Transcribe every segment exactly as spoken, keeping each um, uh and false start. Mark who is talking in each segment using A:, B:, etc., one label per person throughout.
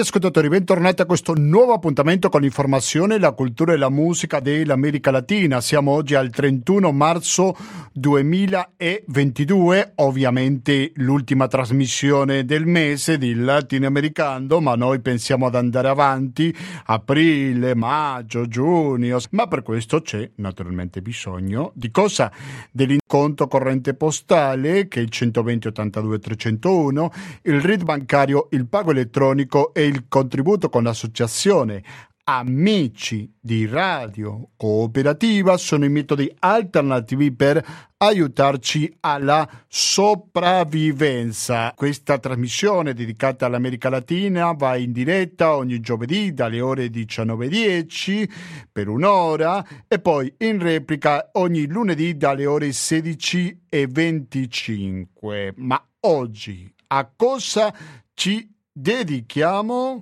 A: ascoltatori, bentornati a questo nuovo appuntamento con l'informazione, la cultura e la musica dell'America Latina. Siamo oggi al trentuno marzo duemilaventidue, ovviamente l'ultima trasmissione del mese di Latinoamericano, ma noi pensiamo ad andare avanti, aprile, maggio, giugno, ma per questo c'è naturalmente bisogno di cosa? Dell'inconto corrente postale, che è il centoventi ottantadue trecentouno, il R I D bancario, il pago elettronico e il contributo con l'associazione Amici di Radio Cooperativa sono i metodi alternativi per aiutarci alla sopravvivenza. Questa trasmissione dedicata all'America Latina va in diretta ogni giovedì dalle ore diciannove e dieci per un'ora e poi in replica ogni lunedì dalle ore sedici e venticinque. Ma oggi a cosa ci dedichiamo?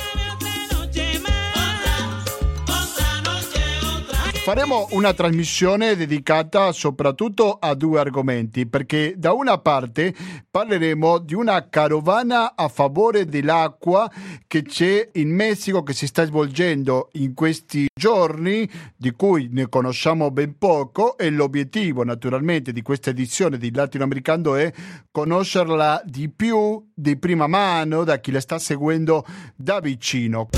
A: Faremo una trasmissione dedicata soprattutto a due argomenti, perché da una parte parleremo di una carovana a favore dell'acqua che c'è in Messico, che si sta svolgendo in questi giorni, di cui ne conosciamo ben poco, e l'obiettivo naturalmente di questa edizione di Latinoamericano è conoscerla di più, di prima mano, da chi la sta seguendo da vicino.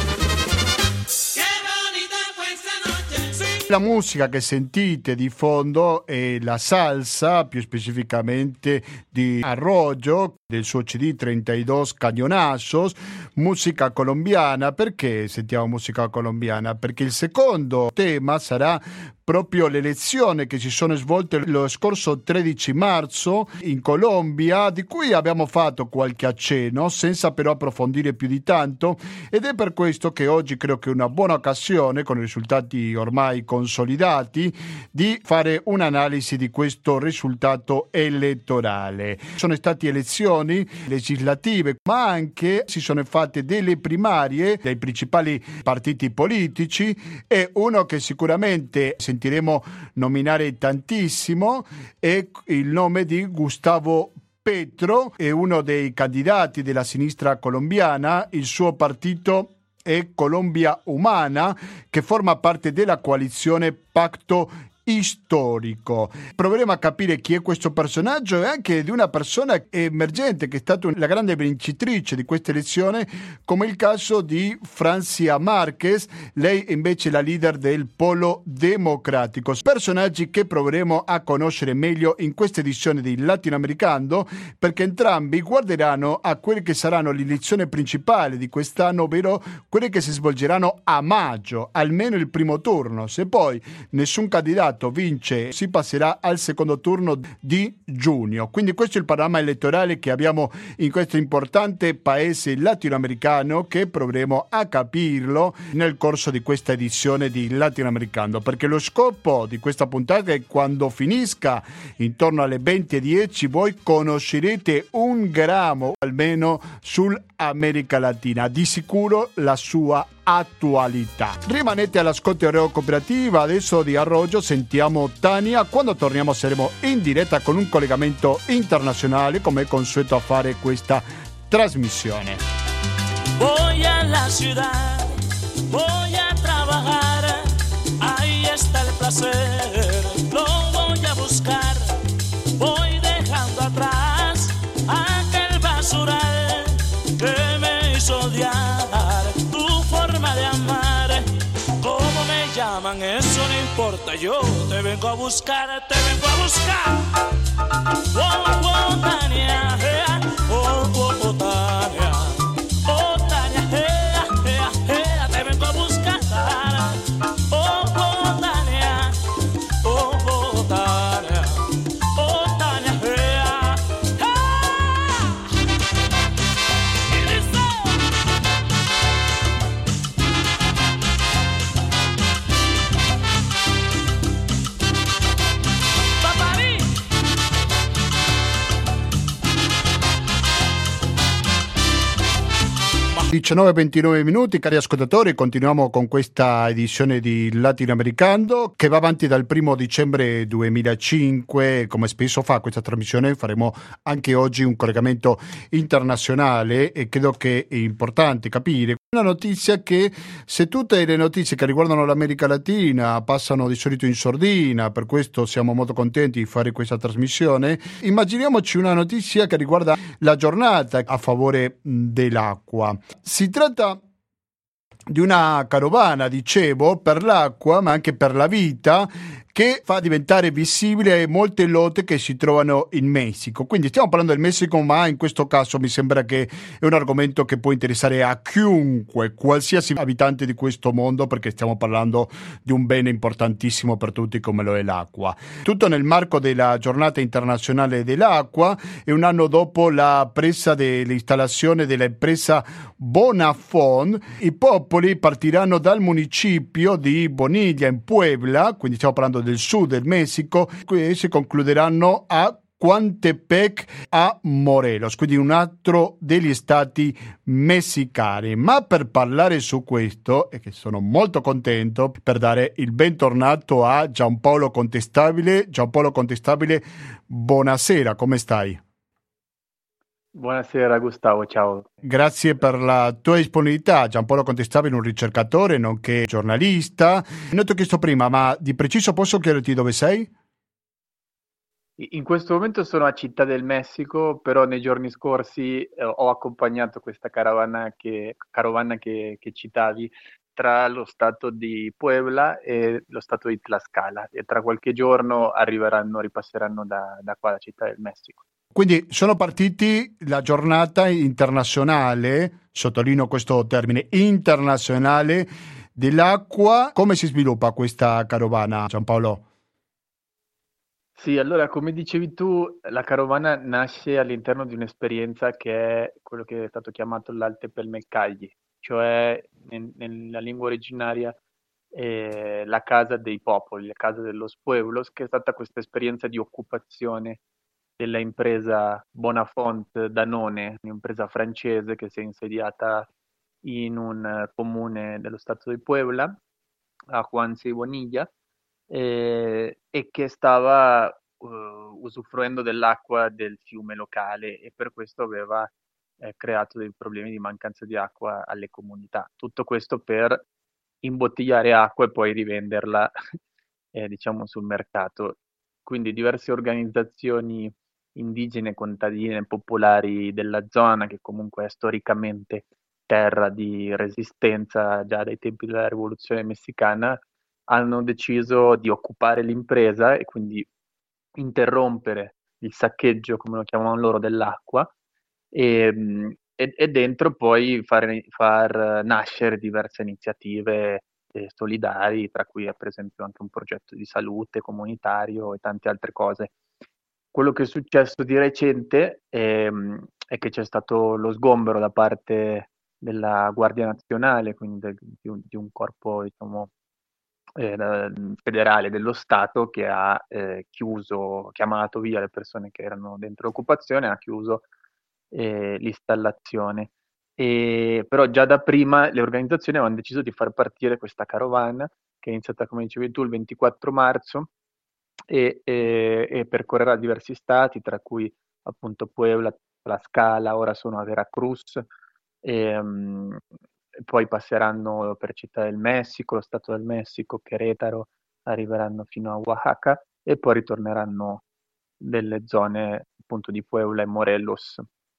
A: La musica che sentite di fondo è la salsa, più specificamente di Arroyo, del suo C D trentadue Cañonazos, musica colombiana. Perché sentiamo musica colombiana? Perché il secondo tema sarà proprio le elezioni che si sono svolte lo scorso tredici marzo in Colombia, di cui abbiamo fatto qualche accenno senza però approfondire più di tanto, ed è per questo che oggi credo che è una buona occasione, con i risultati ormai consolidati, di fare un'analisi di questo risultato elettorale. Sono state elezioni legislative, ma anche si sono fatte delle primarie dei principali partiti politici, e uno che sicuramente sentiremo nominare tantissimo è il nome di Gustavo Petro, è uno dei candidati della sinistra colombiana. Il suo partito è Colombia Humana, che forma parte della coalizione Pacto Storico. Proveremo a capire chi è questo personaggio e anche di una persona emergente che è stata la grande vincitrice di questa elezione, come il caso di Francia Márquez. Lei invece è la leader del Polo Democratico. Personaggi che proveremo a conoscere meglio in questa edizione di Latinoamericano, perché entrambi guarderanno a quelle che saranno le elezioni principali di quest'anno, ovvero quelle che si svolgeranno a maggio, almeno il primo turno. Se poi nessun candidato vince, si passerà al secondo turno di giugno. Quindi questo è il panorama elettorale che abbiamo in questo importante paese latinoamericano, che proveremo a capirlo nel corso di questa edizione di Latinoamericano, perché lo scopo di questa puntata è, quando finisca intorno alle venti e dieci, voi conoscerete un grammo almeno sull'America Latina, di sicuro la sua attualità. Rimanete all'ascolto di Radio Cooperativa. Adesso di Arroyo sentiamo Tania. Quando torniamo saremo in diretta con un collegamento internazionale, come è consueto a fare questa trasmissione.
B: Voy a la ciudad, voy a trabajar, ahí está el placer, lo voy a buscar, voy dejando atrás aquel basural que me hizo odiar. De amar, cómo me llaman, eso no importa, yo te vengo a buscar, te vengo a buscar. Oh, oh, Tania, oh, oh, oh, Tania, oh, Tania, ea, ea, ea, te vengo a buscar. Oh, oh, Tania, oh, oh, Tania, oh, Tania, ea, ea. Y listo.
A: diciannove e ventinove minuti, cari ascoltatori, continuiamo con questa edizione di Latinoamericano che va avanti dal primo dicembre duemilacinque. Come spesso fa questa trasmissione, faremo anche oggi un collegamento internazionale e credo che è importante capire una notizia che, se tutte le notizie che riguardano l'America Latina passano di solito in sordina, per questo siamo molto contenti di fare questa trasmissione, immaginiamoci una notizia che riguarda la giornata a favore dell'acqua. Si tratta di una carovana, dicevo, per l'acqua, ma anche per la vita, che fa diventare visibile molte lotte che si trovano in Messico. Quindi stiamo parlando del Messico, ma in questo caso mi sembra che è un argomento che può interessare a chiunque, qualsiasi abitante di questo mondo, perché stiamo parlando di un bene importantissimo per tutti come lo è l'acqua. Tutto nel marco della giornata internazionale dell'acqua e un anno dopo la presa dell'installazione dell'impresa Bonafont, i popoli partiranno dal municipio di Bonilla in Puebla, quindi stiamo parlando del sud del Messico, e si concluderanno a Coatepec a Morelos, quindi un altro degli stati messicani. Ma per parlare su questo, e che sono molto contento per dare il bentornato a Giampaolo Contestabile. Giampaolo Contestabile, buonasera, come stai?
C: Buonasera Gustavo, ciao.
A: Grazie per la tua disponibilità. Giampaolo Contestabile, un ricercatore nonché giornalista. Non ti ho chiesto prima, ma di preciso posso chiederti dove sei?
C: In questo momento sono a Città del Messico, però nei giorni scorsi eh, ho accompagnato questa carovana che, carovana che, che citavi tra lo stato di Puebla e lo stato di Tlaxcala, e tra qualche giorno arriveranno, ripasseranno da, da qua, la Città del Messico.
A: Quindi sono partiti la giornata internazionale, sottolineo questo termine, internazionale dell'acqua. Come si sviluppa questa carovana, Giampaolo?
C: Sì, allora come dicevi tu, la carovana nasce all'interno di un'esperienza che è quello che è stato chiamato l'Altepelmeccagli, cioè nel- nella lingua originaria eh, la casa dei popoli, la casa de los pueblos, che è stata questa esperienza di occupazione della impresa Bonafont Danone, un'impresa francese che si è insediata in un eh, comune dello stato di Puebla, a Juan Bonilla, eh, e che stava eh, usufruendo dell'acqua del fiume locale, e per questo aveva eh, creato dei problemi di mancanza di acqua alle comunità. Tutto questo per imbottigliare acqua e poi rivenderla eh, diciamo sul mercato. Quindi diverse organizzazioni indigene, contadine, popolari della zona, che comunque è storicamente terra di resistenza già dai tempi della rivoluzione messicana, hanno deciso di occupare l'impresa e quindi interrompere il saccheggio, come lo chiamavano loro, dell'acqua, e, mh, e- e dentro poi far, far nascere diverse iniziative eh, solidari, tra cui per esempio anche un progetto di salute comunitario e tante altre cose. Quello che è successo di recente ehm, è che c'è stato lo sgombero da parte della Guardia Nazionale, quindi del- di un, di un corpo, diciamo, eh, da- federale dello Stato, che ha eh, chiuso, chiamato via le persone che erano dentro l'occupazione, ha chiuso eh, l'installazione. E, però già da prima le organizzazioni avevano deciso di far partire questa carovana, che è iniziata, come dicevi tu, il ventiquattro marzo, e, e- e percorrerà diversi stati, tra cui appunto Puebla, Tlaxcala, ora sono a Veracruz, e, mm, e poi passeranno per Città del Messico, lo Stato del Messico, Querétaro, arriveranno fino a Oaxaca e poi ritorneranno nelle zone appunto di Puebla e Morelos.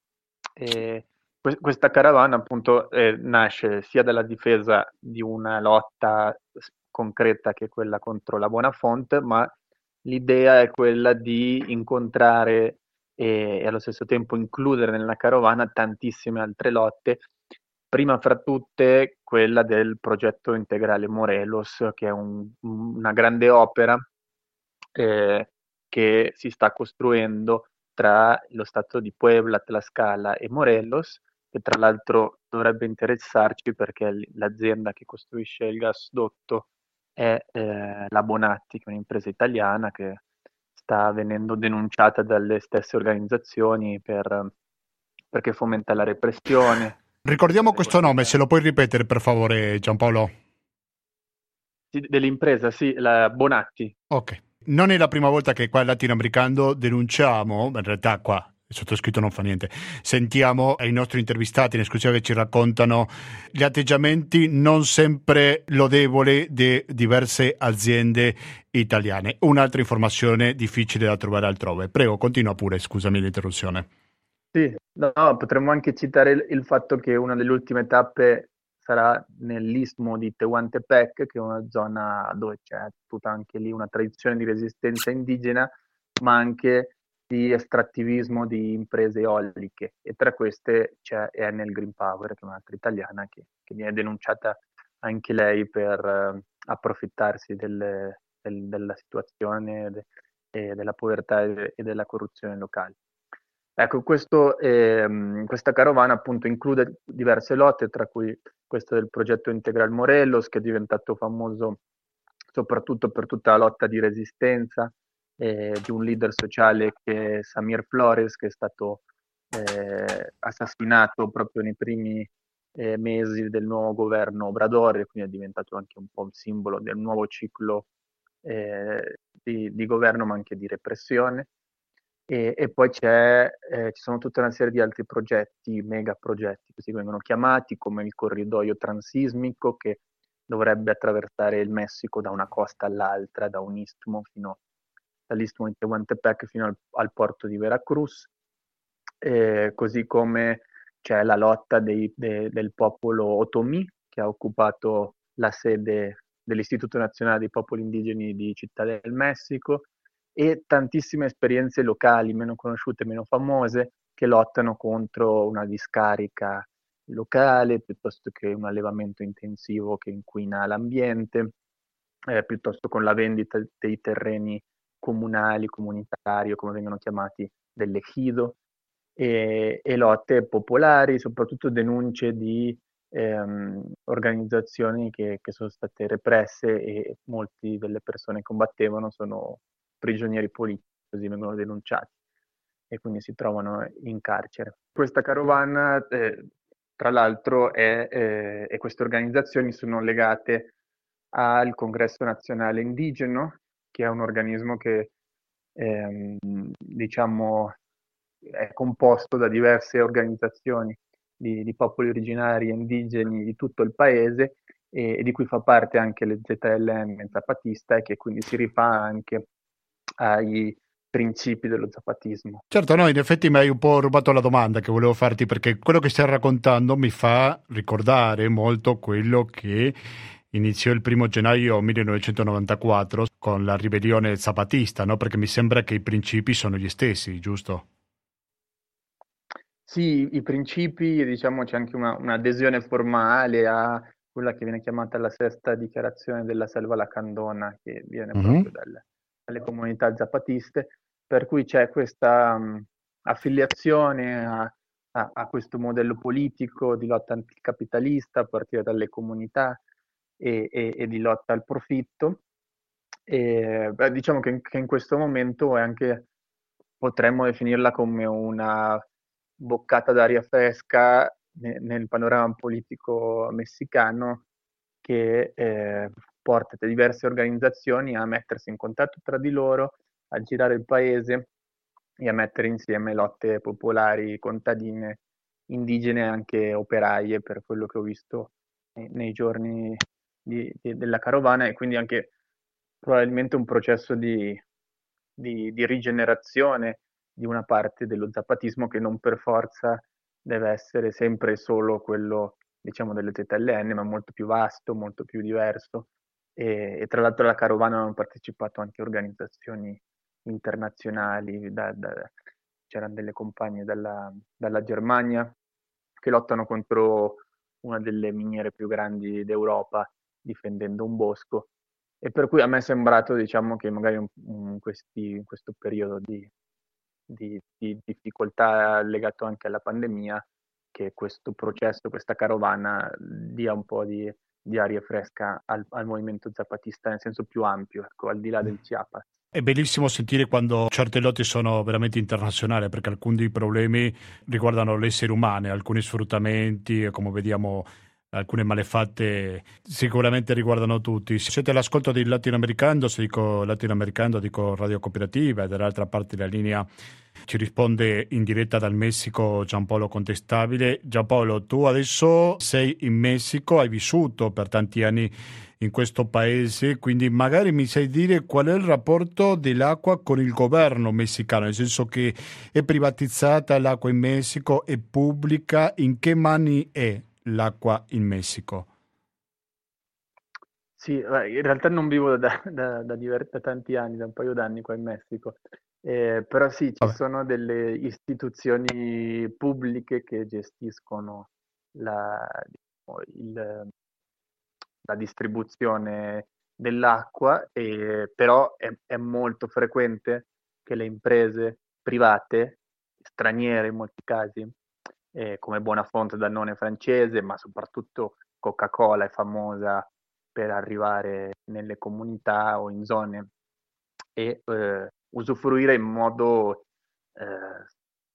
C: E que- questa carovana appunto eh, nasce sia dalla difesa di una lotta s- concreta, che è quella contro la Bonafont, ma l'idea è quella di incontrare e, e allo stesso tempo includere nella carovana tantissime altre lotte, prima fra tutte quella del progetto integrale Morelos, che è un- una grande opera eh, che si sta costruendo tra lo stato di Puebla, Tlaxcala e Morelos, che tra l'altro dovrebbe interessarci perché l- l'azienda che costruisce il gasdotto è eh, la Bonatti, che è un'impresa italiana che sta venendo denunciata dalle stesse organizzazioni per, perché fomenta la repressione,
A: Ricordiamo questo nome, se lo puoi ripetere per favore, Giampaolo.
C: Sì, dell'impresa, sì, la Bonatti.
A: Ok. Non è la prima volta che qua al Latinoamericano denunciamo, in realtà qua il sottoscritto non fa niente, sentiamo ai nostri intervistati in esclusiva che ci raccontano gli atteggiamenti non sempre lodevoli di diverse aziende italiane. Un'altra informazione difficile da trovare altrove. Prego, continua pure, scusami l'interruzione.
C: Sì, no, no, potremmo anche citare il, il fatto che una delle ultime tappe sarà nell'istmo di Tehuantepec, che è una zona dove c'è tutta anche lì una tradizione di resistenza indigena, ma anche di estrattivismo di imprese eoliche. E tra queste c'è Enel Green Power, che è un'altra italiana che, che viene denunciata anche lei per eh, approfittarsi delle- del- della situazione de- e della povertà e, e della corruzione locale. Ecco, questo, ehm, questa carovana appunto include diverse lotte, tra cui questa del progetto Integral Morelos, che è diventato famoso soprattutto per tutta la lotta di resistenza eh, di un leader sociale che è Samir Flores, che è stato eh, assassinato proprio nei primi eh, mesi del nuovo governo Obrador, e quindi è diventato anche un po' un simbolo del nuovo ciclo eh, di, di governo, ma anche di repressione. E, e poi c'è, eh, ci sono tutta una serie di altri progetti, mega progetti, così vengono chiamati, come il corridoio transismico, che dovrebbe attraversare il Messico da una costa all'altra, da un istmo fino dall'istmo di Tehuantepec fino al, al porto di Veracruz, eh, così come c'è la lotta dei, de, del popolo Otomí, che ha occupato la sede dell'Istituto Nazionale dei Popoli Indigeni di Città del Messico, e tantissime esperienze locali, meno conosciute, meno famose, che lottano contro una discarica locale, piuttosto che un allevamento intensivo che inquina l'ambiente, eh, piuttosto con la vendita dei terreni comunali, comunitari, o come vengono chiamati, dell'ejido, e, e lotte popolari, soprattutto denunce di ehm, organizzazioni che, che sono state represse, e molte delle persone che combattevano sono prigionieri politici, così vengono denunciati, e quindi si trovano in carcere. Questa carovana, eh, tra l'altro, è, eh, e queste organizzazioni sono legate al Congresso Nazionale Indigeno, che è un organismo che ehm, diciamo è composto da diverse organizzazioni di, di popoli originari e indigeni di tutto il paese, e, e di cui fa parte anche le Z L M Zapatista, e che quindi si rifà anche ai principi dello zapatismo.
A: Certo, no, in effetti mi hai un po' rubato la domanda che volevo farti, perché quello che stai raccontando mi fa ricordare molto quello che iniziò il primo gennaio millenovecentonovantaquattro con la ribellione zapatista, no? Perché mi sembra che i principi sono gli stessi, giusto?
C: Sì, i principi, diciamo, c'è anche una, un'adesione formale a quella che viene chiamata la sesta dichiarazione della Selva Lacandona, che viene
A: Mhm.
C: proprio dalle, dalle comunità zapatiste, per cui c'è questa mh, affiliazione a, a- a questo modello politico di lotta anticapitalista a partire dalle comunità, e, e- e di lotta al profitto. E, beh, diciamo che in, che in questo momento è anche, potremmo definirla come una boccata d'aria fresca ne- nel panorama politico messicano, che eh, porta diverse organizzazioni a mettersi in contatto tra di loro, a girare il paese e a mettere insieme lotte popolari, contadine, indigene e anche operaie, per quello che ho visto nei, nei giorni di- di- della carovana, e quindi anche probabilmente un processo di, di- di rigenerazione di una parte dello zapatismo, che non per forza deve essere sempre solo quello, diciamo, delle Z L N, ma molto più vasto, molto più diverso. E, e tra l'altro alla carovana hanno partecipato anche organizzazioni internazionali, da- da- c'erano delle compagne dalla, dalla Germania che lottano contro una delle miniere più grandi d'Europa, difendendo un bosco, e per cui a me è sembrato, diciamo, che magari un- in, questi- in questo periodo di, di- di difficoltà legato anche alla pandemia, che questo processo, questa carovana dia un po' di, di aria fresca al, al movimento zapatista nel senso più ampio, ecco, al di là del Chiapas.
A: È bellissimo sentire quando certe lotte sono veramente internazionali, perché alcuni dei problemi riguardano l'essere umano, alcuni sfruttamenti, e come vediamo alcune malefatte sicuramente riguardano tutti. Se siete all'ascolto di latinoamericano, se dico latinoamericano dico Radio Cooperativa, e dall'altra parte della linea ci risponde in diretta dal Messico Giampaolo Contestabile. Giampaolo, tu adesso sei in Messico, hai vissuto per tanti anni in questo paese, quindi magari mi sai dire qual è il rapporto dell'acqua con il governo messicano, nel senso che è privatizzata l'acqua in Messico, è pubblica, in che mani è l'acqua in Messico?
C: Sì, beh, in realtà non vivo da, da- da diver- da tanti anni, da un paio d'anni qua in Messico. Eh, però sì, ci
A: Vabbè.
C: sono delle istituzioni pubbliche che gestiscono la, diciamo, il- la distribuzione dell'acqua, e, però è, è molto frequente che le imprese private, straniere in molti casi, eh, come Buonafonte Dannone francese, ma soprattutto Coca-Cola è famosa per arrivare nelle comunità o in zone e eh, usufruire in modo eh,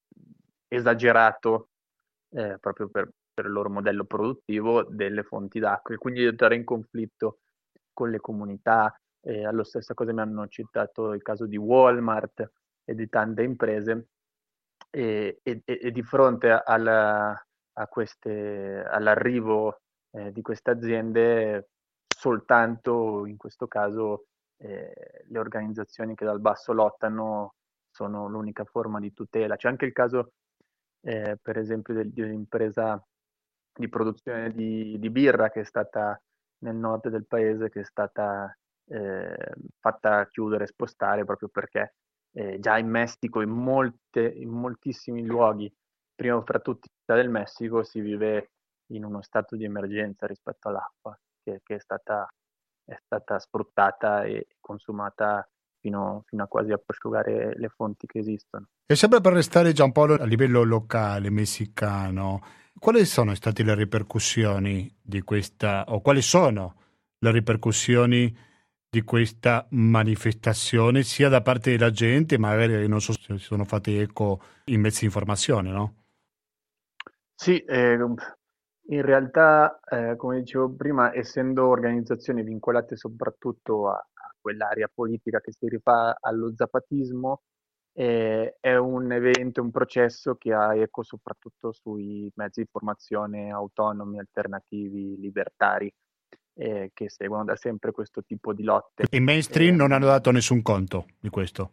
C: esagerato, eh, proprio per, per il loro modello produttivo, delle fonti d'acqua, e quindi entrare in conflitto con le comunità. Eh, allo stessa cosa mi hanno citato il caso di Walmart e di tante imprese, e, e- e di fronte alla- a queste- all'arrivo eh, di queste aziende, soltanto in questo caso eh, le organizzazioni che dal basso lottano sono l'unica forma di tutela. C'è anche il caso, eh, per esempio, del- di un'impresa di produzione di, di birra che è stata nel nord del paese, che è stata eh, fatta chiudere e spostare proprio perché eh, già in Messico, in, molte, in moltissimi luoghi, prima fra tutti Città del Messico, si vive in uno stato di emergenza rispetto all'acqua, che, che è stata, è stata sfruttata e consumata fino, fino a quasi a prosciugare le fonti che esistono.
A: E sempre per restare Giampaolo a livello locale messicano, quali sono state le ripercussioni di questa, o quali sono le ripercussioni di questa manifestazione, sia da parte della gente, magari non so se si sono fatti eco in mezzi di informazione, no?
C: Sì, eh, in realtà, eh, come dicevo prima, essendo organizzazioni vincolate soprattutto a, a quell'area politica che si rifà allo zapatismo, eh, è un evento, un processo che ha eco soprattutto sui mezzi di informazione autonomi, alternativi, libertari, eh, che seguono da sempre questo tipo di lotte.
A: I mainstream non hanno
C: Ehm,
A: dato nessun conto di questo.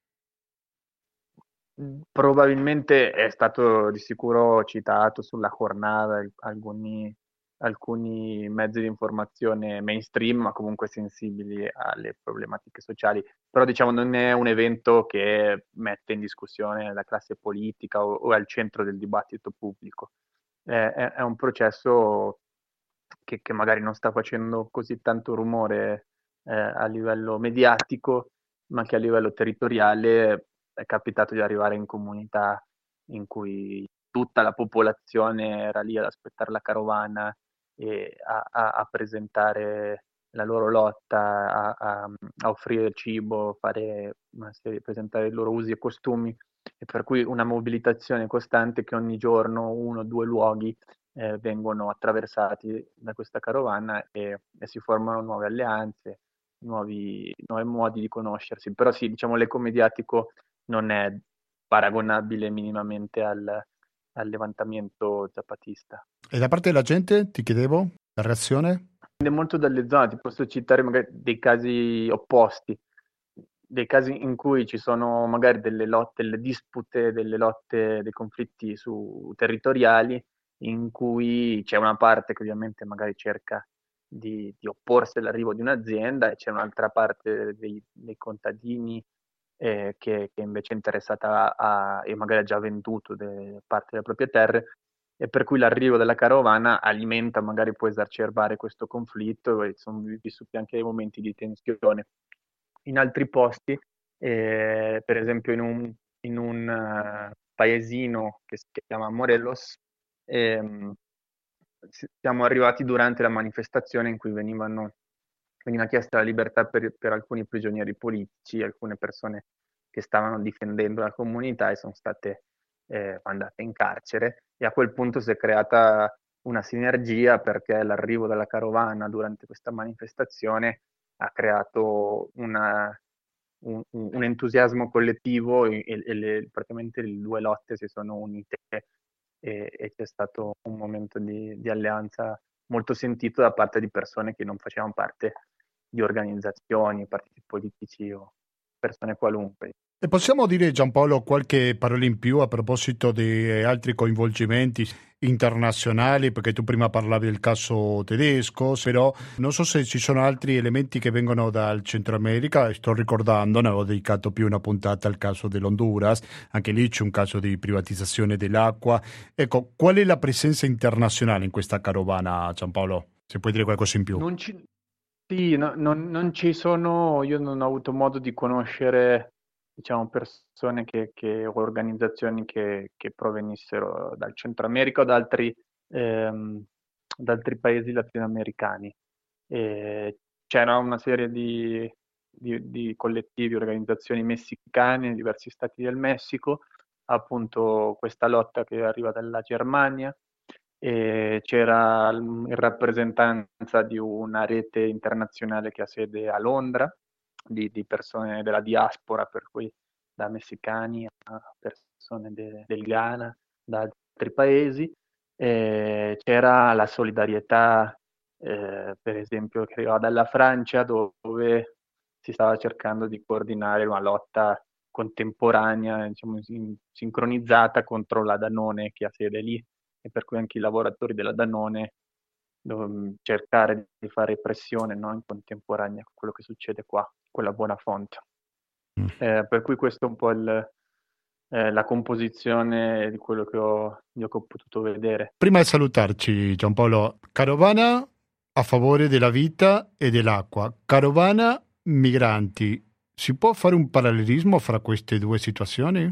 C: Mhmm, probabilmente è stato di sicuro citato sulla Jornada, al alcuni alcuni mezzi di informazione mainstream, ma comunque sensibili alle problematiche sociali. Però diciamo non è un evento che mette in discussione la classe politica o o è al centro del dibattito pubblico. È è è un processo che che magari non sta facendo così tanto rumore, ehm, a livello mediatico, ma che a livello territoriale è capitato di arrivare in comunità in cui tutta la popolazione era lì ad aspettare la carovana e a, a- a presentare la loro lotta, a, a- a offrire cibo, fare una serie, presentare i loro usi e costumi, e per cui una mobilitazione costante che ogni giorno uno o due luoghi eh, vengono attraversati da questa carovana, e, e si formano nuove alleanze, nuovi, nuovi modi di conoscersi. Però sì, diciamo l'eco mediatico non è paragonabile minimamente al, al levantamento zapatista.
A: E da parte della gente, ti chiedevo, la reazione?
C: Dipende molto dalle zone, ti posso citare magari dei casi opposti, dei casi in cui ci sono magari delle lotte, delle dispute, delle lotte, dei conflitti su territoriali, in cui c'è una parte che ovviamente magari cerca di, di opporsi all'arrivo di un'azienda, e c'è un'altra parte dei, dei contadini eh, che, che invece è interessata a, e magari ha già venduto de- parte delle proprie terre, e per cui l'arrivo della carovana alimenta, magari può esacerbare questo conflitto, e sono vissuti anche dei momenti di tensione. In altri posti, eh, per esempio in un, in un uh, paesino che si chiama Morelos, ehm, siamo arrivati durante la manifestazione in cui venivano veniva chiesta la libertà per, per alcuni prigionieri politici, alcune persone che stavano difendendo la comunità e sono state eh, mandate in carcere, e a quel punto si è creata una sinergia, perché l'arrivo della carovana durante questa manifestazione ha creato una, un, un entusiasmo collettivo e, e le, praticamente le due lotte si sono unite e, e c'è stato un momento di, di alleanza molto sentito da parte di persone che non facevano parte di organizzazioni, partiti politici o persone qualunque.
A: E possiamo dire, Giampaolo, qualche parola in più a proposito di altri coinvolgimenti internazionali, perché tu prima parlavi del caso tedesco, però non so se ci sono altri elementi che vengono dal Centro America. Sto ricordando, ne avevo dedicato più una puntata al caso dell'Honduras, anche lì c'è un caso di privatizzazione dell'acqua. Ecco, qual è la presenza internazionale in questa carovana, Giampaolo? Se puoi dire qualcosa in più.
C: Non ci, sì, no, non, non ci sono, io non ho avuto modo di conoscere, diciamo, persone che, che, o organizzazioni che, che provenissero dal Centro America o da altri, ehm, da altri paesi latinoamericani. E c'era una serie di, di, di collettivi, organizzazioni messicane in diversi stati del Messico, appunto questa lotta che arriva dalla Germania, e c'era in rappresentanza di una rete internazionale che ha sede a Londra, Di, di persone della diaspora, per cui da messicani a persone de, del Ghana, da altri paesi. Eh, c'era la solidarietà, eh, per esempio, che arrivava dalla Francia, dove si stava cercando di coordinare una lotta contemporanea, diciamo, sin, sincronizzata contro la Danone che ha sede lì, e per cui anche i lavoratori della Danone cercare di fare pressione, no, in contemporanea con quello che succede qua, quella buona fonte. Mm. Eh, per cui questo è un po' il, eh, la composizione di quello che ho, io che ho potuto vedere.
A: Prima di salutarci, Giampaolo, carovana a favore della vita e dell'acqua, carovana migranti, si può fare un parallelismo fra queste due situazioni?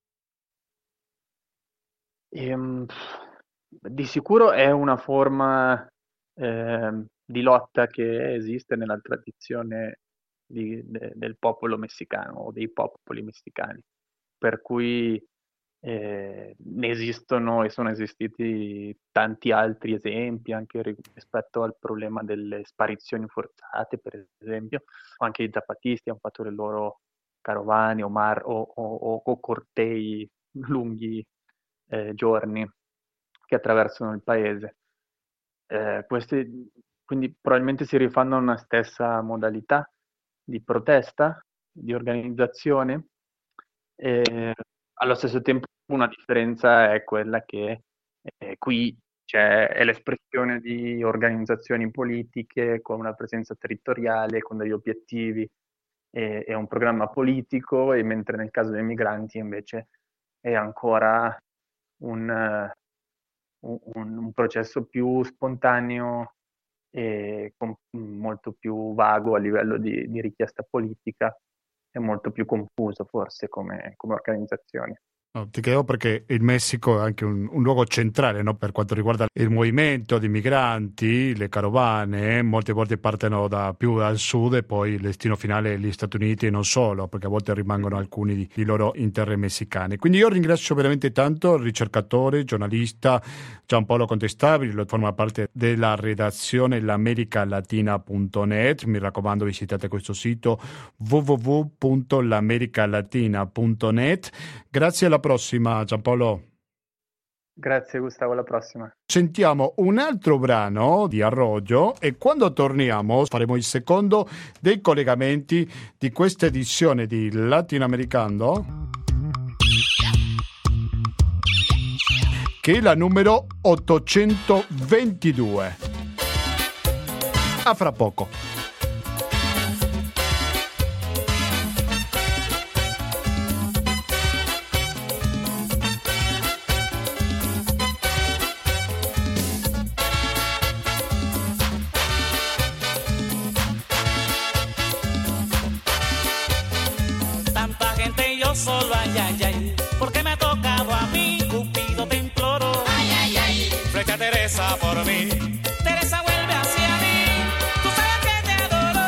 C: Ehm, di sicuro è una forma Eh, di lotta che esiste nella tradizione di, de, del popolo messicano o dei popoli messicani, per cui eh, ne esistono e sono esistiti tanti altri esempi anche rispetto al problema delle sparizioni forzate, per esempio. Anche i zapatisti hanno fatto le loro carovane o, mar, o, o, o cortei lunghi eh, giorni che attraversano il paese. Eh, queste, quindi probabilmente si rifanno a una stessa modalità di protesta, di organizzazione. Eh, allo stesso tempo una differenza è quella che eh, qui c'è, è l'espressione di organizzazioni politiche con una presenza territoriale, con degli obiettivi e, e un programma politico, e mentre nel caso dei migranti invece è ancora un... Un, un processo più spontaneo e con, molto più vago a livello di, di richiesta politica e molto più confuso forse come, come organizzazione.
A: No, ti chiedo perché il Messico è anche un, un luogo centrale, no? Per quanto riguarda il movimento di migranti, le carovane, molte volte partono da, più dal sud e poi il destino finale è gli Stati Uniti e non solo, perché a volte rimangono alcuni di, di loro interni messicani. Quindi io ringrazio veramente tanto il ricercatore, giornalista Giampaolo Contestabile, lo forma parte della redazione l'americalatina punto net. Mi raccomando, visitate questo sito w w w punto l'americalatina punto net. Grazie, alla prossima, Giampaolo.
C: Grazie Gustavo, alla prossima.
A: Sentiamo un altro brano di Arroyo e quando torniamo faremo il secondo dei collegamenti di questa edizione di Latinoamericano, che è la numero ottocentoventidue. A fra poco.
B: Solo ay, ay, ay, porque me ha tocado a mí, Cupido te imploro, ay, ay, ay, flecha Teresa por mí, Teresa vuelve hacia mí, tú sabes que te adoro,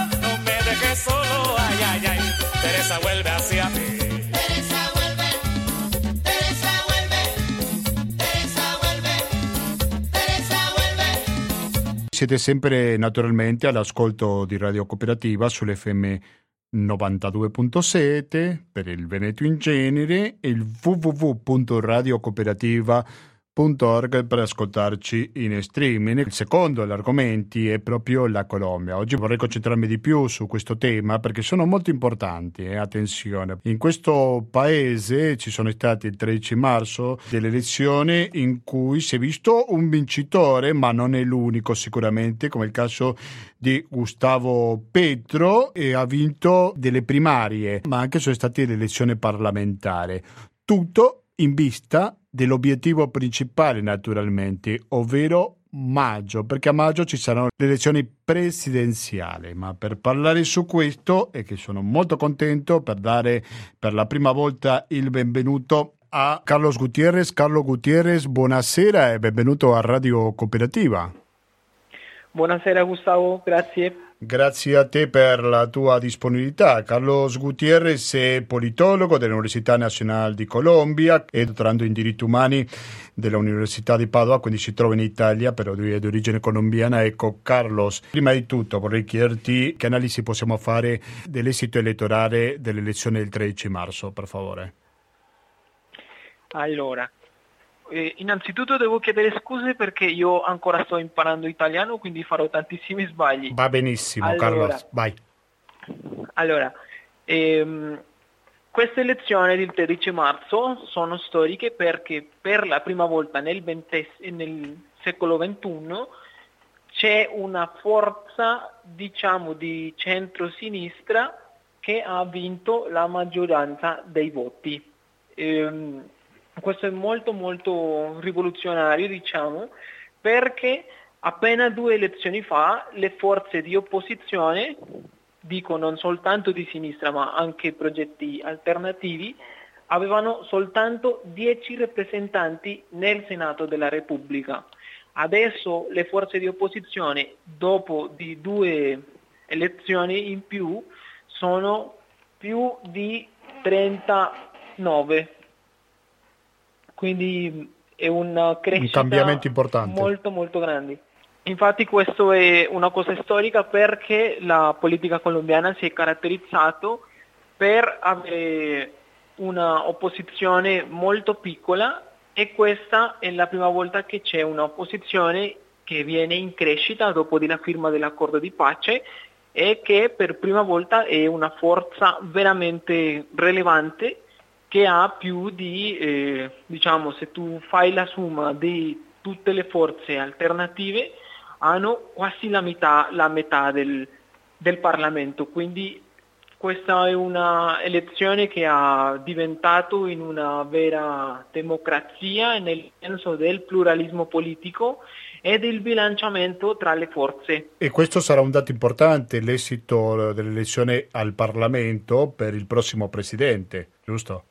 A: siete sempre naturalmente all'ascolto di Radio Cooperativa sull'F M novantadue virgola sette per il Veneto in genere e il w w w punto radio cooperativa punto org per ascoltarci in streaming. Il secondo degli argomenti è proprio la Colombia. Oggi vorrei concentrarmi di più su questo tema perché sono molto importanti, eh? Attenzione. In questo paese ci sono stati il tredici marzo delle elezioni in cui si è visto un vincitore, ma non è l'unico sicuramente, come il caso di Gustavo Petro, e ha vinto delle primarie, ma anche sono state le elezioni parlamentari. Tutto in vista dell'obiettivo principale, naturalmente, ovvero maggio, perché a maggio ci saranno le elezioni presidenziali. Ma per parlare su questo, e che sono molto contento per dare per la prima volta il benvenuto a Carlos Gutiérrez. Carlo Gutiérrez, buonasera e benvenuto a Radio Cooperativa.
D: Buonasera Gustavo, grazie.
A: Grazie a te per la tua disponibilità. Carlos Gutiérrez è politologo dell'Università Nazionale di Colombia e dottorando in diritti umani dell'Università di Padova, quindi si trova in Italia, però lui è di origine colombiana. Ecco, Carlos, prima di tutto vorrei chiederti che analisi possiamo fare dell'esito elettorale delle elezioni del tredici marzo, per favore.
D: Allora, Eh, innanzitutto devo chiedere scuse perché io ancora sto imparando italiano, quindi farò tantissimi sbagli.
A: Va benissimo,
D: allora,
A: Carlos, vai.
D: Allora, ehm, queste elezioni del tredici marzo sono storiche perché per la prima volta nel, ventes- nel secolo ventuno c'è una forza, diciamo, di centro-sinistra che ha vinto la maggioranza dei voti. Ehm, Questo è molto molto rivoluzionario, diciamo, perché appena due elezioni fa le forze di opposizione, dico non soltanto di sinistra ma anche progetti alternativi, avevano soltanto dieci rappresentanti nel Senato della Repubblica. Adesso le forze di opposizione, dopo di due elezioni in più, sono più di trentanove. Quindi è una crescita
A: un cambiamento importante,
D: molto molto grande. Infatti questo è una cosa storica perché la politica colombiana si è caratterizzato per avere una opposizione molto piccola e questa è la prima volta che c'è un'opposizione che viene in crescita dopo la firma dell'accordo di pace e che per prima volta è una forza veramente rilevante che ha più di, eh, diciamo, se tu fai la somma di tutte le forze alternative, hanno quasi la metà, la metà del, del Parlamento. Quindi questa è una elezione che ha diventato in una vera democrazia nel senso del pluralismo politico e del bilanciamento tra le forze.
A: E questo sarà un dato importante, l'esito dell'elezione al Parlamento per il prossimo presidente, giusto?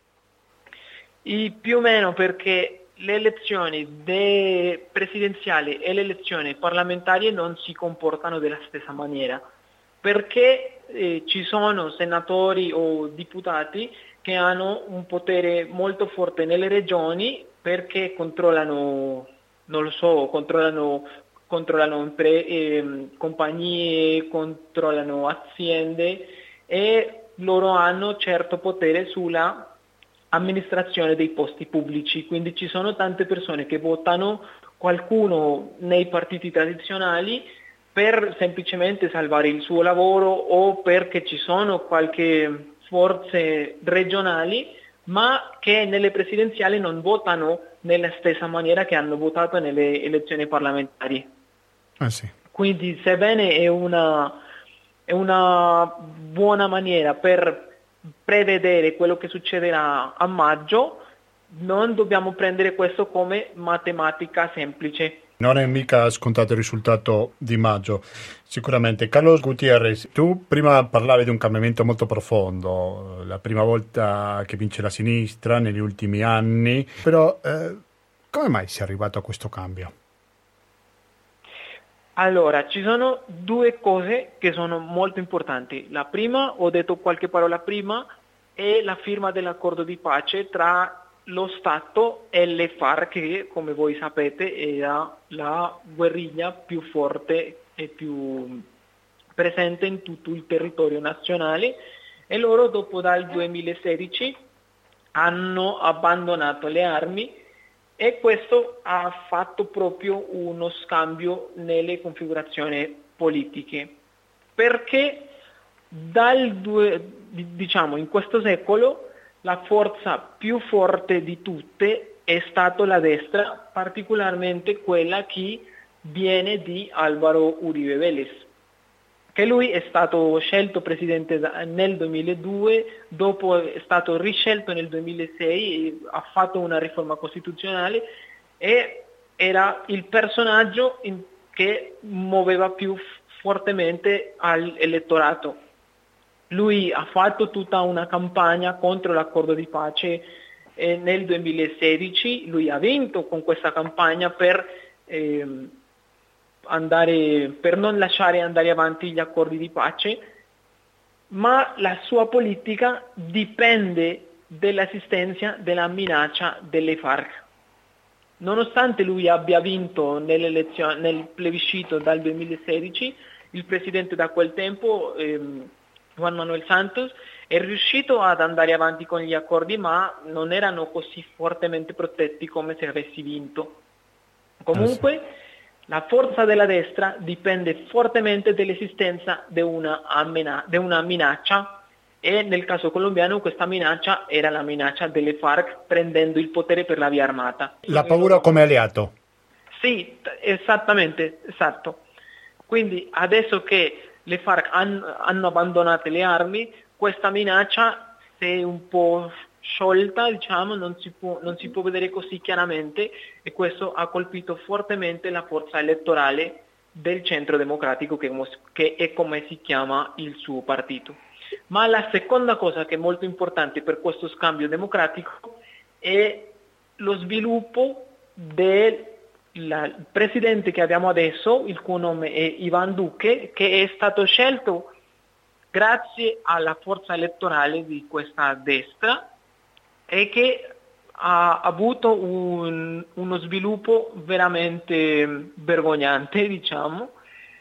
D: I, più o meno, perché le elezioni de- presidenziali e le elezioni parlamentari non si comportano della stessa maniera, perché eh, ci sono senatori o deputati che hanno un potere molto forte nelle regioni perché controllano, non lo so, controllano, controllano impre- eh, compagnie, controllano aziende e loro hanno certo potere sulla amministrazione dei posti pubblici, quindi ci sono tante persone che votano qualcuno nei partiti tradizionali per semplicemente salvare il suo lavoro o perché ci sono qualche forze regionali ma che nelle presidenziali non votano nella stessa maniera che hanno votato nelle elezioni parlamentari.
A: Ah, sì.
D: Quindi sebbene è una, è una buona maniera per prevedere quello che succederà a maggio, non dobbiamo prendere questo come matematica semplice.
A: Non è mica scontato il risultato di maggio, sicuramente. Carlos Gutiérrez, tu prima parlavi di un cambiamento molto profondo, la prima volta che vince la sinistra negli ultimi anni, però eh, come mai si è arrivato a questo cambio?
D: Allora, ci sono due cose che sono molto importanti. La prima, ho detto qualche parola prima, è la firma dell'accordo di pace tra lo Stato e le FARC, che come voi sapete era la guerriglia più forte e più presente in tutto il territorio nazionale, e loro dopo dal duemilasedici hanno abbandonato le armi, e questo ha fatto proprio uno scambio nelle configurazioni politiche, perché dal due, diciamo in questo secolo la forza più forte di tutte è stata la destra, particolarmente quella che viene di Álvaro Uribe Vélez, che lui è stato scelto presidente nel duemiladue, dopo è stato riscelto nel duemilasei, ha fatto una riforma costituzionale e era il personaggio in, che muoveva più fortemente all'elettorato. Lui ha fatto tutta una campagna contro l'accordo di pace e nel duemilasedici lui ha vinto con questa campagna per... Eh, andare, per non lasciare andare avanti gli accordi di pace, ma la sua politica dipende dall'assistenza della minaccia delle FARC. Nonostante lui abbia vinto nel plebiscito dal duemilasedici, il presidente da quel tempo, ehm, Juan Manuel Santos, è riuscito ad andare avanti con gli accordi, ma non erano così fortemente protetti come se avessi vinto. Comunque, la forza della destra dipende fortemente dall'esistenza di una, di una minaccia, e nel caso colombiano questa minaccia era la minaccia delle FARC prendendo il potere per la via armata.
A: La paura come alleato.
D: Sì, esattamente, esatto. Quindi adesso che le FARC hanno, hanno abbandonato le armi, questa minaccia si è un po' sciolta, diciamo, non si può, non si può vedere così chiaramente, e questo ha colpito fortemente la forza elettorale del Centro Democratico, che, che è come si chiama il suo partito. Ma la seconda cosa che è molto importante per questo scambio democratico è lo sviluppo del presidente che abbiamo adesso, il cui nome è Iván Duque, che è stato scelto grazie alla forza elettorale di questa destra e che ha avuto un, uno sviluppo veramente vergognante, diciamo,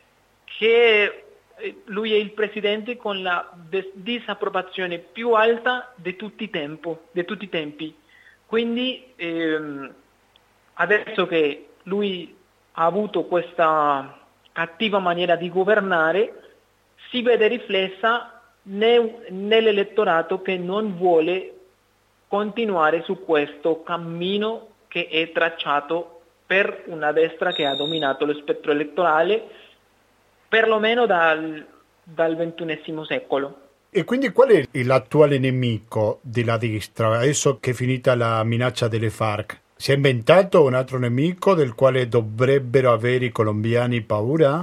D: che lui è il presidente con la des- disapprovazione più alta di tutti i, tempo, di tutti i tempi. Quindi ehm, adesso che lui ha avuto questa cattiva maniera di governare, si vede riflessa ne- nell'elettorato che non vuole continuare su questo cammino che è tracciato per una destra che ha dominato lo spettro elettorale perlomeno dal, dal ventunesimo secolo.
A: E quindi qual è l'attuale nemico della destra, adesso che è finita la minaccia delle FARC? Si è inventato un altro nemico del quale dovrebbero avere i colombiani paura?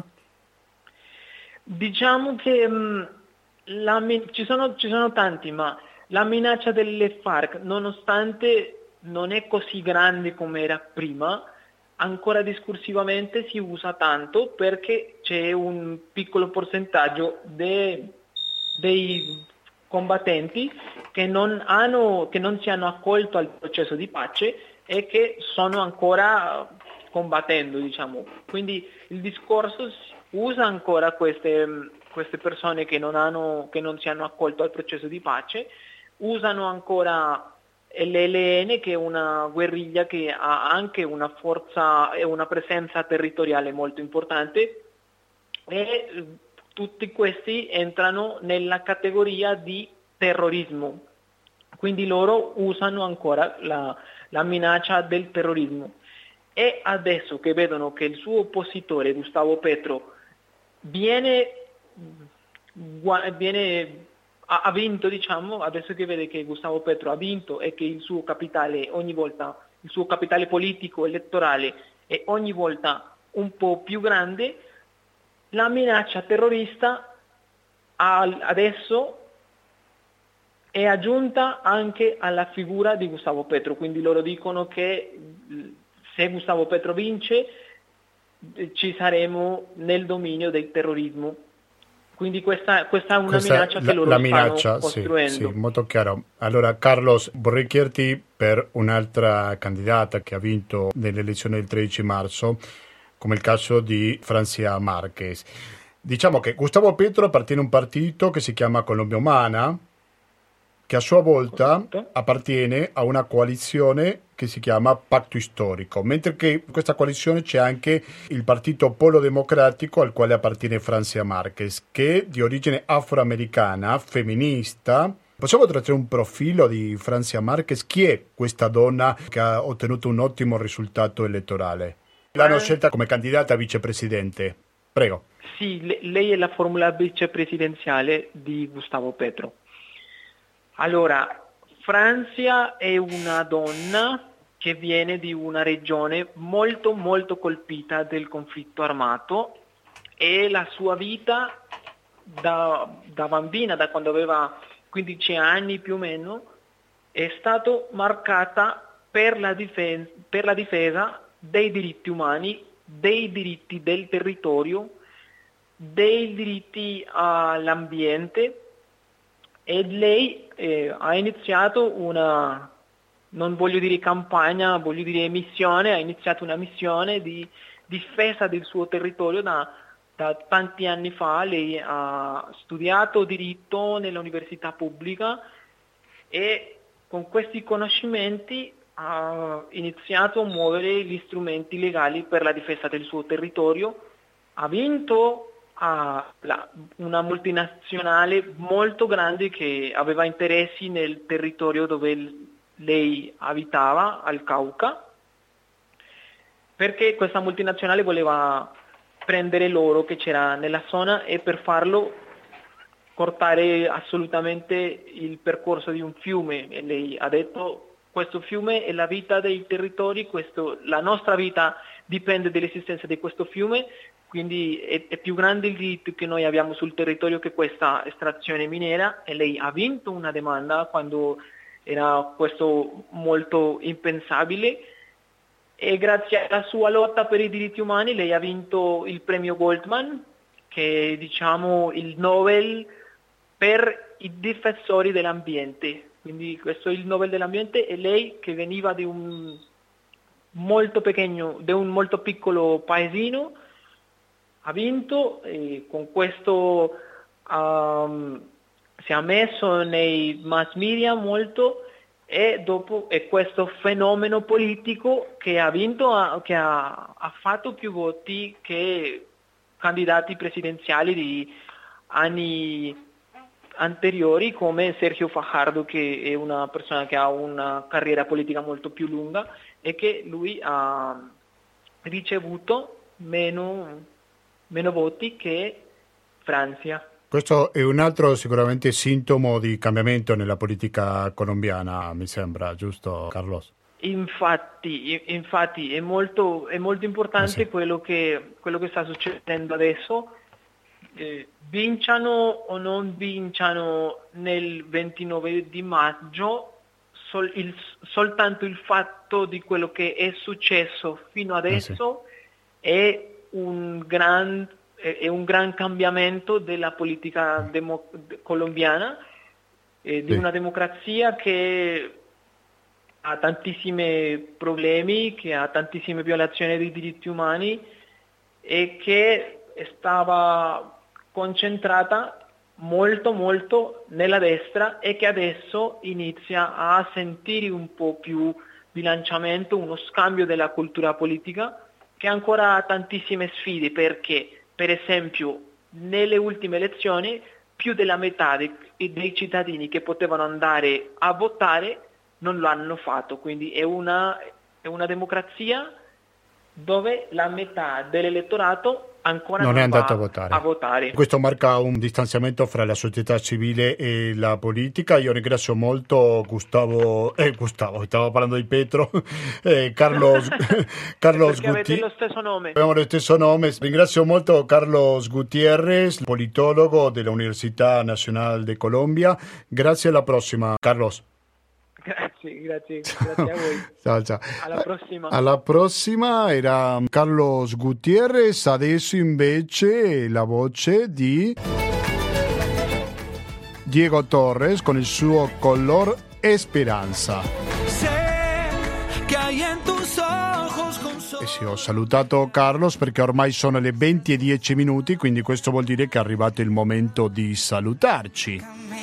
D: Diciamo che mh, la, ci, sono, ci sono tanti, ma la minaccia delle FARC, nonostante non è così grande come era prima, ancora discursivamente si usa tanto perché c'è un piccolo percentaggio de, dei combattenti che non, hanno, che non si hanno accolto al processo di pace e che sono ancora combattendo, diciamo. Quindi il discorso usa ancora queste, queste persone che non, hanno, che non si hanno accolto al processo di pace, usano ancora l'E L N, che è una guerriglia che ha anche una forza e una presenza territoriale molto importante, e tutti questi entrano nella categoria di terrorismo, quindi loro usano ancora la, la minaccia del terrorismo. E adesso che vedono che il suo oppositore Gustavo Petro viene, viene ha vinto, diciamo, adesso che vede che Gustavo Petro ha vinto e che il suo capitale ogni volta, il suo capitale politico elettorale è ogni volta un po' più grande, la minaccia terrorista adesso è aggiunta anche alla figura di Gustavo Petro, quindi loro dicono che se Gustavo Petro vince ci saremo nel dominio del terrorismo. Quindi questa, questa è una
A: Questa
D: minaccia
A: la,
D: che loro
A: la
D: stanno
A: minaccia,
D: costruendo.
A: sì, sì, molto chiaro. Allora, Carlos, vorrei chiederti per un'altra candidata che ha vinto nelle elezioni del tredici marzo, come il caso di Francia Márquez. Diciamo che Gustavo Petro appartiene a un partito che si chiama Colombia Humana, che a sua volta
D: Corretto.
A: appartiene a una coalizione che si chiama Pacto Storico, mentre che in questa coalizione c'è anche il partito Polo Democratico al quale appartiene Francia Márquez, che è di origine afroamericana, femminista. Possiamo tracciare un profilo di Francia Márquez? Chi è questa donna che ha ottenuto un ottimo risultato elettorale? L'hanno scelta come candidata a vicepresidente. Prego.
D: Sì, le- lei è la formula vicepresidenziale di Gustavo Petro. Allora, Francia è una donna che viene di una regione molto molto colpita del conflitto armato e la sua vita da, da bambina, da quando aveva quindici anni più o meno, è stata marcata per la, difen- per la difesa dei diritti umani, dei diritti del territorio, dei diritti all'ambiente. E lei eh, ha iniziato una, non voglio dire campagna, voglio dire missione, ha iniziato una missione di difesa del suo territorio da, da tanti anni fa. Lei ha studiato diritto nell'università pubblica e con questi conoscimenti ha iniziato a muovere gli strumenti legali per la difesa del suo territorio. Ha vinto a la, una multinazionale molto grande che aveva interessi nel territorio dove l- lei abitava, al Cauca, perché questa multinazionale voleva prendere l'oro che c'era nella zona e per farlo cortare assolutamente il percorso di un fiume. E lei ha detto: questo fiume è la vita dei territori, questo, la nostra vita dipende dall'esistenza di questo fiume, quindi è, è più grande il diritto che noi abbiamo sul territorio che questa estrazione miniera. E lei ha vinto una demanda quando era questo molto impensabile e grazie alla sua lotta per i diritti umani lei ha vinto il premio Goldman, che è diciamo il Nobel per i difensori dell'ambiente. Quindi questo è il Nobel dell'ambiente e lei che veniva di un molto pequeño, di un molto piccolo paesino, ha vinto e con questo um, si è messo nei mass media molto e dopo è questo fenomeno politico che ha vinto, che ha, ha fatto più voti che candidati presidenziali di anni anteriori come Sergio Fajardo, che è una persona che ha una carriera politica molto più lunga e che lui ha ricevuto meno meno voti che Francia.
A: Questo è un altro sicuramente sintomo di cambiamento nella politica colombiana, mi sembra, giusto Carlos?
D: Infatti, infatti è molto, è molto importante eh sì. quello, che, quello che sta succedendo adesso. Eh, vinciano o non vinciano nel ventinove di maggio, sol, il, soltanto il fatto di quello che è successo fino adesso eh sì. è un gran, è un gran cambiamento della politica demo, colombiana, eh, di sì. una democrazia che ha tantissimi problemi, che ha tantissime violazioni dei diritti umani e che stava concentrata molto molto nella destra e che adesso inizia a sentire un po' più bilanciamento, uno scambio della cultura politica che ancora ha tantissime sfide, perché per esempio nelle ultime elezioni più della metà dei, dei cittadini che potevano andare a votare non lo hanno fatto, quindi è una, è una democrazia dove la metà dell'elettorato ancora
A: non,
D: non
A: è andato
D: va
A: a votare.
D: a votare.
A: Questo marca un distanziamento fra la società civile e la politica. Io ringrazio molto Gustavo, eh, Gustavo, stavo parlando di Petro, eh, Carlos, Carlos
D: Perché avete lo stesso nome.
A: Abbiamo lo stesso nome. Ringrazio molto Carlos Gutiérrez, politologo dell'Università Nacional de Colombia. Grazie, alla prossima, Carlos.
D: Grazie, grazie, grazie a voi.
A: Ciao, ciao.
D: Alla prossima.
A: Alla prossima era Carlos Gutiérrez, adesso invece la voce di... Diego Torres con il suo Color Esperanza. E sì, ho salutato Carlos perché ormai sono le venti e dieci minuti, quindi questo vuol dire che è arrivato il momento di salutarci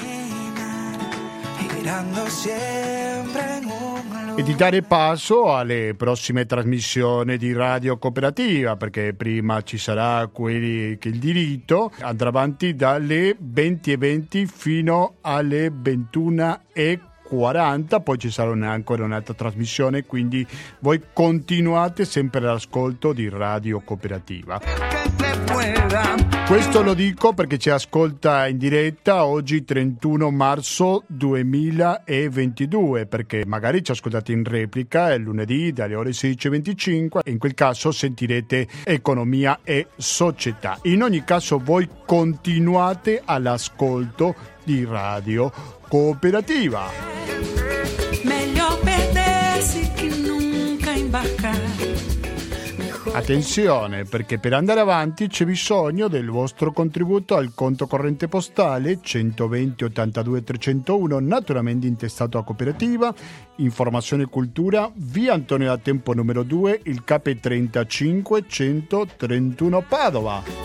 A: e di dare passo alle prossime trasmissioni di Radio Cooperativa, perché prima ci sarà quelli che il diritto andrà avanti dalle venti e venti fino alle ventuno e quaranta, poi ci sarà ancora un'altra trasmissione, quindi voi continuate sempre all'ascolto di Radio Cooperativa. Questo lo dico perché ci ascolta in diretta oggi trentuno marzo duemilaventidue, perché magari ci ascoltate in replica il lunedì dalle ore sedici e venticinque e in quel caso sentirete Economia e Società. In ogni caso voi continuate all'ascolto di Radio Cooperativa.
E: Meglio perdersi che nunca imbarcare.
A: Attenzione, perché per andare avanti c'è bisogno del vostro contributo al conto corrente postale centoventi ottantadue trecentouno, naturalmente intestato a Cooperativa, Informazione e Cultura, via Antonio da Tempo numero due, il K trentacinque centotrentuno Padova.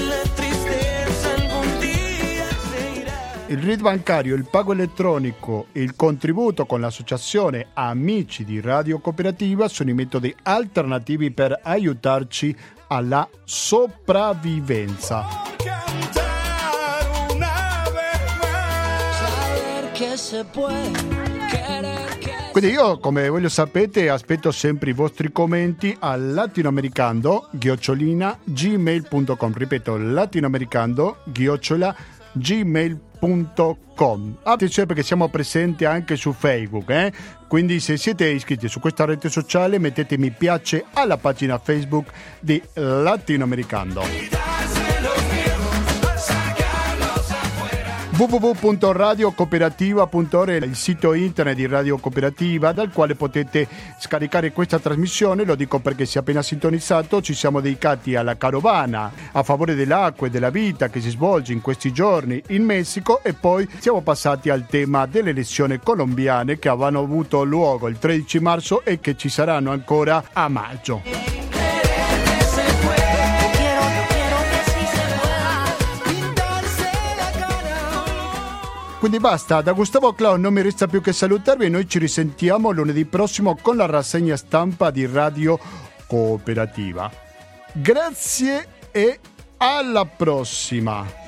A: Il R I D bancario, il pago elettronico e il contributo con l'associazione Amici di Radio Cooperativa sono i metodi alternativi per aiutarci alla sopravvivenza. Quindi io, come voi lo sapete, aspetto sempre i vostri commenti a latinoamericando chiocciolina gmail punto com. Ripeto, latinoamericando chiocciola gmail punto com. Attenzione perché siamo presenti anche su Facebook, eh? Quindi se siete iscritti su questa rete sociale mettete mi piace alla pagina Facebook di Latinoamericando. w w w punto radio cooperativa punto org è il sito internet di Radio Cooperativa dal quale potete scaricare questa trasmissione. Lo dico perché si è appena sintonizzato, ci siamo dedicati alla carovana a favore dell'acqua e della vita che si svolge in questi giorni in Messico e poi siamo passati al tema delle elezioni colombiane che avranno avuto luogo il tredici marzo e che ci saranno ancora a maggio. Quindi basta, da Gustavo Clown non mi resta più che salutarvi e noi ci risentiamo lunedì prossimo con la rassegna stampa di Radio Cooperativa. Grazie e alla prossima!